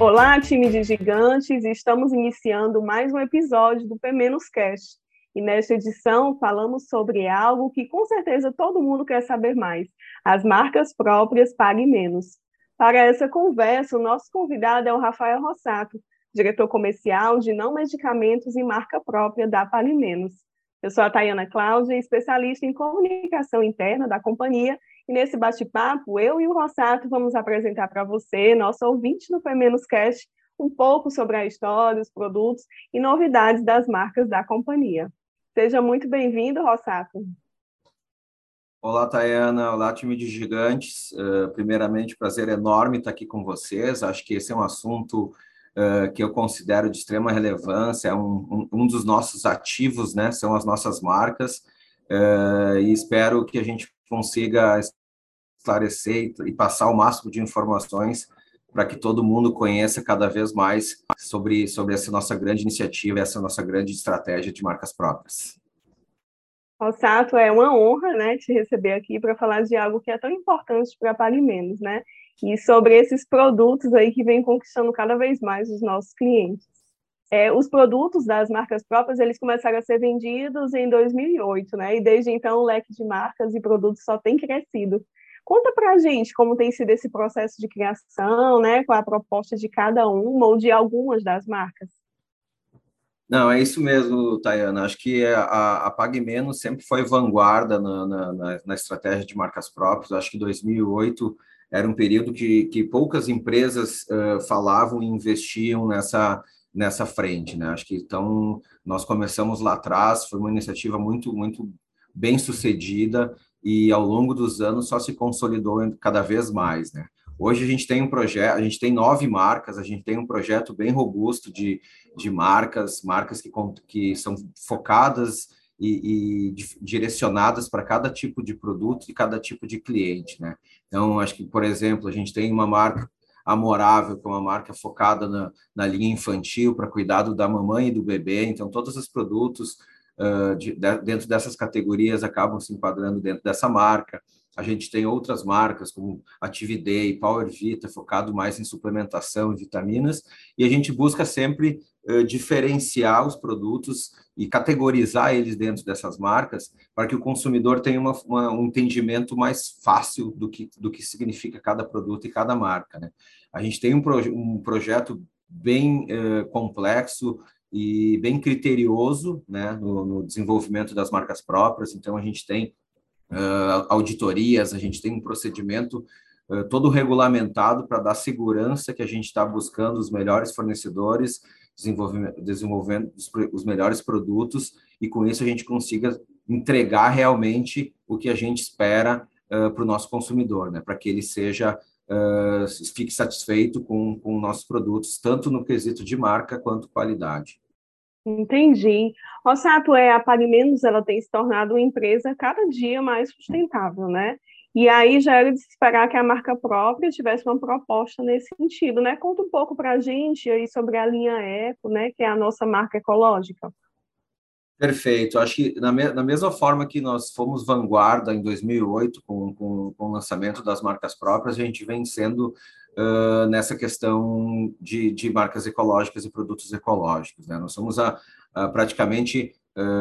Olá, time de gigantes! Estamos iniciando mais um episódio do P-Cast. E nesta edição falamos sobre algo que com certeza todo mundo quer saber mais: as marcas próprias Pague Menos. Para essa conversa, o nosso convidado é o Rafael Rossato, diretor comercial de não medicamentos e marca própria da Pague Menos. Eu sou a Tayana Cláudia, especialista em comunicação interna da companhia, e nesse bate-papo, eu e o Rossato vamos apresentar para você, nosso ouvinte do P-Cast, um pouco sobre a história, os produtos e novidades das marcas da companhia. Seja muito bem-vindo, Rossato. Olá, Tayana. Olá, time de gigantes. Primeiramente, prazer enorme estar aqui com vocês. Acho que esse é um assunto que eu considero de extrema relevância, é um dos nossos ativos, né? São as nossas marcas, e espero que a gente consiga esclarecer e passar o máximo de informações para que todo mundo conheça cada vez mais sobre essa nossa grande iniciativa, essa nossa grande estratégia de marcas próprias. Rossato, é uma honra, né, te receber aqui para falar de algo que é tão importante para a Pague Menos, né? E sobre esses produtos aí que vêm conquistando cada vez mais os nossos clientes. Os produtos das marcas próprias, eles começaram a ser vendidos em 2008, né? E desde então o leque de marcas e produtos só tem crescido. Conta para a gente como tem sido esse processo de criação, né? Qual a proposta de cada uma ou de algumas das marcas? Não, é isso mesmo, Tayana. Acho que a Pague Menos sempre foi vanguarda na estratégia de marcas próprias. Acho que 2008 era um período que poucas empresas falavam e investiam nessa frente, né? Acho que então nós começamos lá atrás, foi uma iniciativa muito, muito bem sucedida e ao longo dos anos só se consolidou cada vez mais, né? Hoje a gente tem um projeto, a gente tem 9 marcas, a gente tem um projeto bem robusto de marcas que são focadas e direcionadas para cada tipo de produto e cada tipo de cliente, né? Então, acho que, por exemplo, a gente tem uma marca Amorável, que é uma marca focada na linha infantil para cuidado da mamãe e do bebê. Então, todos os produtos dentro dessas categorias acabam se enquadrando dentro dessa marca. A gente tem outras marcas como Actividay, Power Vita, focado mais em suplementação e vitaminas, e a gente busca sempre diferenciar os produtos e categorizar eles dentro dessas marcas para que o consumidor tenha um entendimento mais fácil do que significa cada produto e cada marca, né? A gente tem um projeto bem complexo e bem criterioso, né, no desenvolvimento das marcas próprias. Então, a gente tem auditorias, a gente tem um procedimento todo regulamentado para dar segurança que a gente está buscando os melhores fornecedores, desenvolvendo os melhores produtos, e com isso a gente consiga entregar realmente o que a gente espera para o nosso consumidor, né? Para que ele fique satisfeito com nossos produtos, tanto no quesito de marca quanto qualidade. Entendi. Rossato, a Pague Menos, ela tem se tornado uma empresa cada dia mais sustentável, né? E aí já era de se esperar que a marca própria tivesse uma proposta nesse sentido, né? Conta um pouco para a gente aí sobre a linha Eco, né? Que é a nossa marca ecológica. Perfeito. Acho que na mesma forma que nós fomos vanguarda em 2008 com o lançamento das marcas próprias, a gente vem sendo nessa questão de marcas ecológicas e produtos ecológicos, né? Nós somos praticamente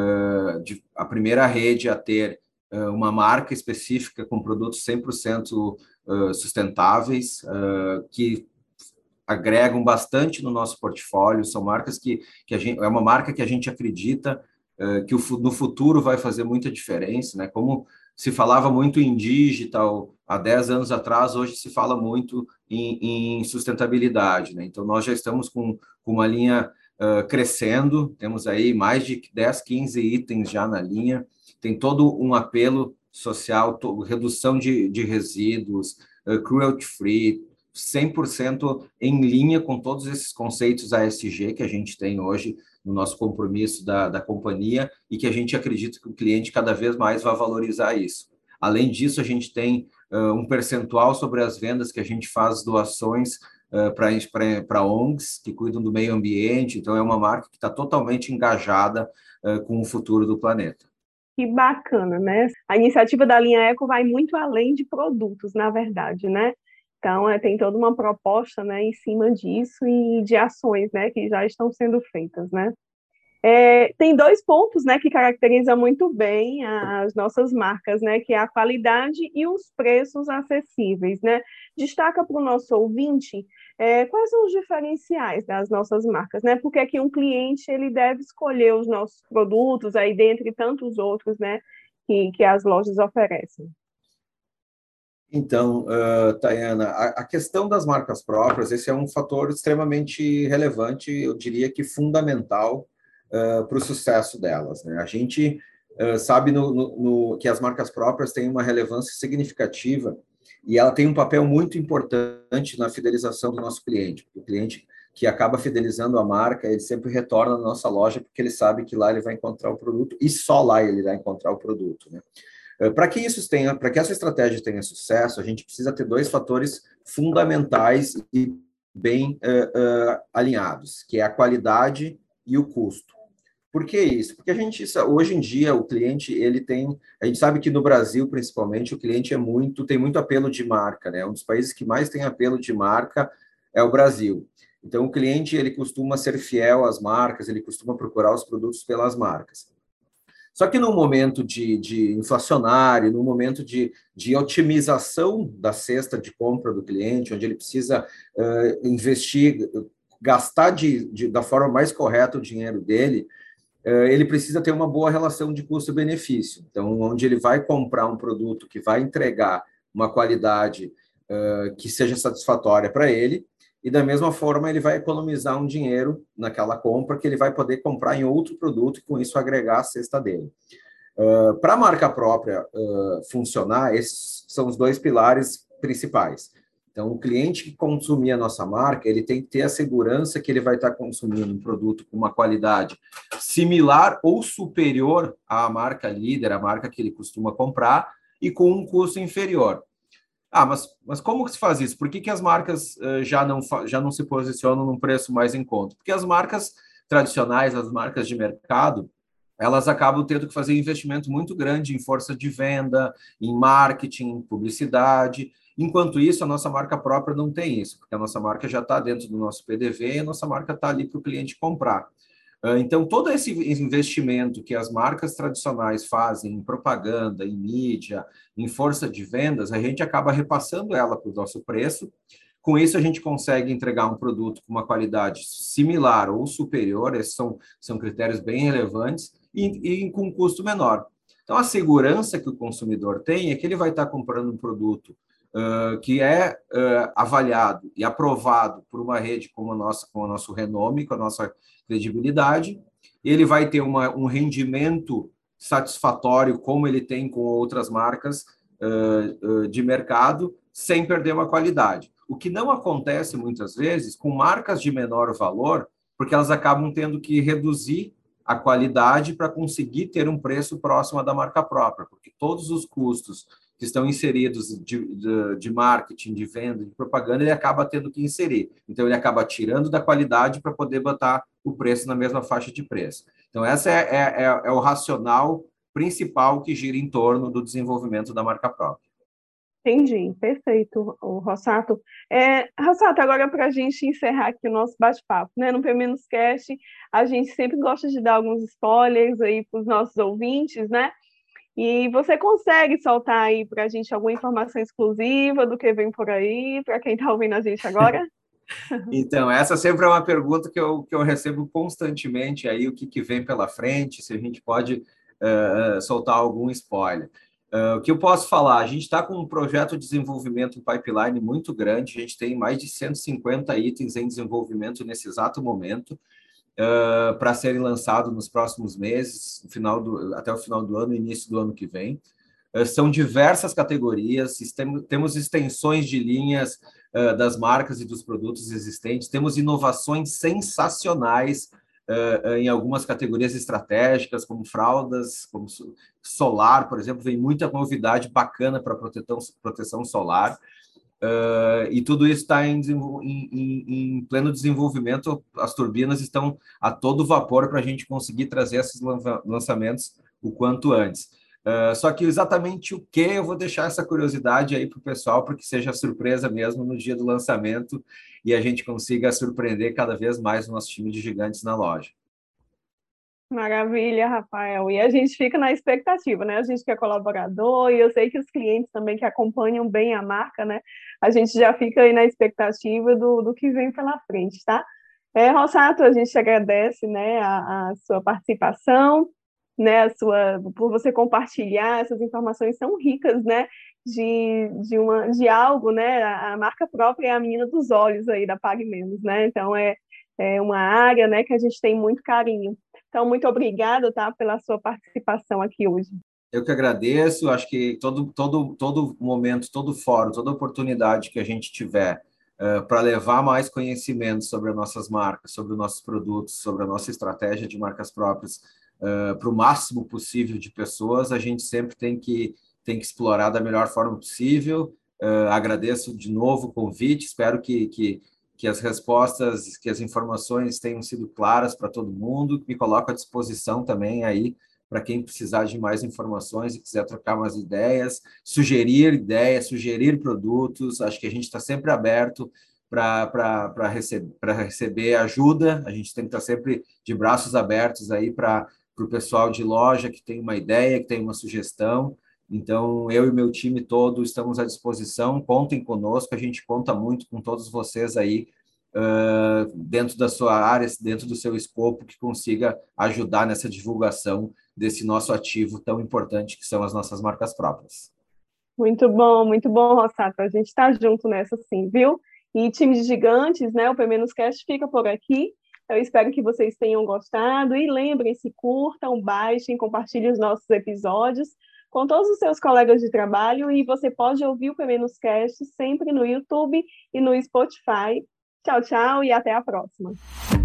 a primeira rede a ter uma marca específica com produtos 100% sustentáveis, que agregam bastante no nosso portfólio. São marcas que é uma marca que a gente acredita que no futuro vai fazer muita diferença, né? Como se falava muito em digital há 10 anos atrás, hoje se fala muito em sustentabilidade, né? Então, nós já estamos com uma linha crescendo, temos aí mais de 10, 15 itens já na linha, tem todo um apelo social, redução de resíduos, cruelty-free, 100% em linha com todos esses conceitos ASG que a gente tem hoje no nosso compromisso da companhia, e que a gente acredita que o cliente cada vez mais vai valorizar isso. Além disso, a gente tem um percentual sobre as vendas que a gente faz doações para ONGs que cuidam do meio ambiente. Então, é uma marca que está totalmente engajada com o futuro do planeta. Que bacana, né? A iniciativa da linha Eco vai muito além de produtos, na verdade, né? Então, tem toda uma proposta, né, em cima disso e de ações, né, que já estão sendo feitas, né? Tem dois pontos, né, que caracterizam muito bem as nossas marcas, né, que é a qualidade e os preços acessíveis, né? Destaca para o nosso ouvinte quais são os diferenciais das nossas marcas, né? Porque aqui um cliente ele deve escolher os nossos produtos aí dentre tantos outros, né, que as lojas oferecem. Então, Tayana, a questão das marcas próprias, esse é um fator extremamente relevante, eu diria que fundamental para o sucesso delas, né? A gente sabe que as marcas próprias têm uma relevância significativa e ela tem um papel muito importante na fidelização do nosso cliente. O cliente que acaba fidelizando a marca, ele sempre retorna na nossa loja porque ele sabe que lá ele vai encontrar o produto e só lá ele vai encontrar o produto, né? Para que essa estratégia tenha sucesso, a gente precisa ter dois fatores fundamentais e bem alinhados, que é a qualidade e o custo. Por que isso? Porque hoje em dia, o cliente, a gente sabe que no Brasil, principalmente, o cliente tem muito apelo de marca, né? Um dos países que mais tem apelo de marca é o Brasil. Então, o cliente, ele costuma ser fiel às marcas, ele costuma procurar os produtos pelas marcas. Só que no momento de inflacionário, no momento de otimização da cesta de compra do cliente, onde ele precisa investir, gastar da forma mais correta o dinheiro dele, ele precisa ter uma boa relação de custo-benefício. Então, onde ele vai comprar um produto que vai entregar uma qualidade que seja satisfatória para ele, e da mesma forma ele vai economizar um dinheiro naquela compra que ele vai poder comprar em outro produto e com isso agregar a cesta dele. Para a marca própria funcionar, esses são os dois pilares principais. Então, o cliente que consumir a nossa marca, ele tem que ter a segurança que ele vai estar consumindo um produto com uma qualidade similar ou superior à marca líder, à marca que ele costuma comprar, e com um custo inferior. Mas como que se faz isso? Por que as marcas já não se posicionam num preço mais em conta? Porque as marcas tradicionais, as marcas de mercado, elas acabam tendo que fazer investimento muito grande em força de venda, em marketing, em publicidade. Enquanto isso, a nossa marca própria não tem isso, porque a nossa marca já está dentro do nosso PDV e a nossa marca está ali para o cliente comprar. Então, todo esse investimento que as marcas tradicionais fazem em propaganda, em mídia, em força de vendas, a gente acaba repassando ela para o nosso preço. Com isso, a gente consegue entregar um produto com uma qualidade similar ou superior, esses são critérios bem relevantes, e com um custo menor. Então, a segurança que o consumidor tem é que ele vai estar comprando um produto que é avaliado e aprovado por uma rede como a nossa, com o nosso renome, com a nossa credibilidade, ele vai ter um rendimento satisfatório, como ele tem com outras marcas de mercado, sem perder uma qualidade. O que não acontece muitas vezes com marcas de menor valor, porque elas acabam tendo que reduzir a qualidade para conseguir ter um preço próximo da marca própria, porque todos os custos que estão inseridos de marketing, de venda, de propaganda, ele acaba tendo que inserir. Então, ele acaba tirando da qualidade para poder botar o preço na mesma faixa de preço. Então, esse é o racional principal que gira em torno do desenvolvimento da marca própria. Entendi, perfeito, o Rossato. Rossato, agora para a gente encerrar aqui o nosso bate-papo, né? No P-Menos Cast, a gente sempre gosta de dar alguns spoilers aí para os nossos ouvintes, né? E você consegue soltar aí para a gente alguma informação exclusiva do que vem por aí, para quem está ouvindo a gente agora? Então, essa sempre é uma pergunta que eu recebo constantemente aí, o que vem pela frente, se a gente pode soltar algum spoiler. O que eu posso falar? A gente está com um projeto de desenvolvimento, um pipeline muito grande, a gente tem mais de 150 itens em desenvolvimento nesse exato momento, para serem lançados nos próximos meses, até o final do ano, início do ano que vem. São diversas categorias, temos extensões de linhas das marcas e dos produtos existentes, temos inovações sensacionais em algumas categorias estratégicas, como fraldas, como solar, por exemplo, vem muita novidade bacana para proteção solar. E tudo isso está em pleno desenvolvimento, as turbinas estão a todo vapor para a gente conseguir trazer esses lançamentos o quanto antes. Só que exatamente o que eu vou deixar essa curiosidade aí para o pessoal, para que seja surpresa mesmo no dia do lançamento e a gente consiga surpreender cada vez mais o nosso time de gigantes na loja. Maravilha, Rafael. E a gente fica na expectativa, né? A gente que é colaborador, e eu sei que os clientes também que acompanham bem a marca, né? A gente já fica aí na expectativa do que vem pela frente, tá? Rossato, a gente agradece, né, a sua participação, né, por você compartilhar essas informações tão ricas, né, de algo, né? A marca própria é a menina dos olhos aí da Pague Menos, né? Então é uma área, né, que a gente tem muito carinho. Então, muito obrigada, tá, pela sua participação aqui hoje. Eu que agradeço, acho que todo momento, todo fórum, toda oportunidade que a gente tiver para levar mais conhecimento sobre as nossas marcas, sobre os nossos produtos, sobre a nossa estratégia de marcas próprias, para o máximo possível de pessoas, a gente sempre tem que explorar da melhor forma possível. Agradeço de novo o convite, espero que as respostas, que as informações tenham sido claras para todo mundo, me coloco à disposição também aí para quem precisar de mais informações e quiser trocar mais ideias, sugerir produtos. Acho que a gente está sempre aberto para receber ajuda. A gente tem que estar sempre de braços abertos aí para o pessoal de loja que tem uma ideia, que tem uma sugestão. Então, eu e meu time todo estamos à disposição. Contem conosco, a gente conta muito com todos vocês aí dentro da sua área, dentro do seu escopo, que consiga ajudar nessa divulgação desse nosso ativo tão importante que são as nossas marcas próprias. Muito bom, Rossato. A gente está junto nessa sim, viu? E time de gigantes, né? O P-Cast fica por aqui. Eu espero que vocês tenham gostado e lembrem-se, curtam, baixem, compartilhem os nossos episódios com todos os seus colegas de trabalho e você pode ouvir o P-Cast sempre no YouTube e no Spotify. Tchau, tchau e até a próxima.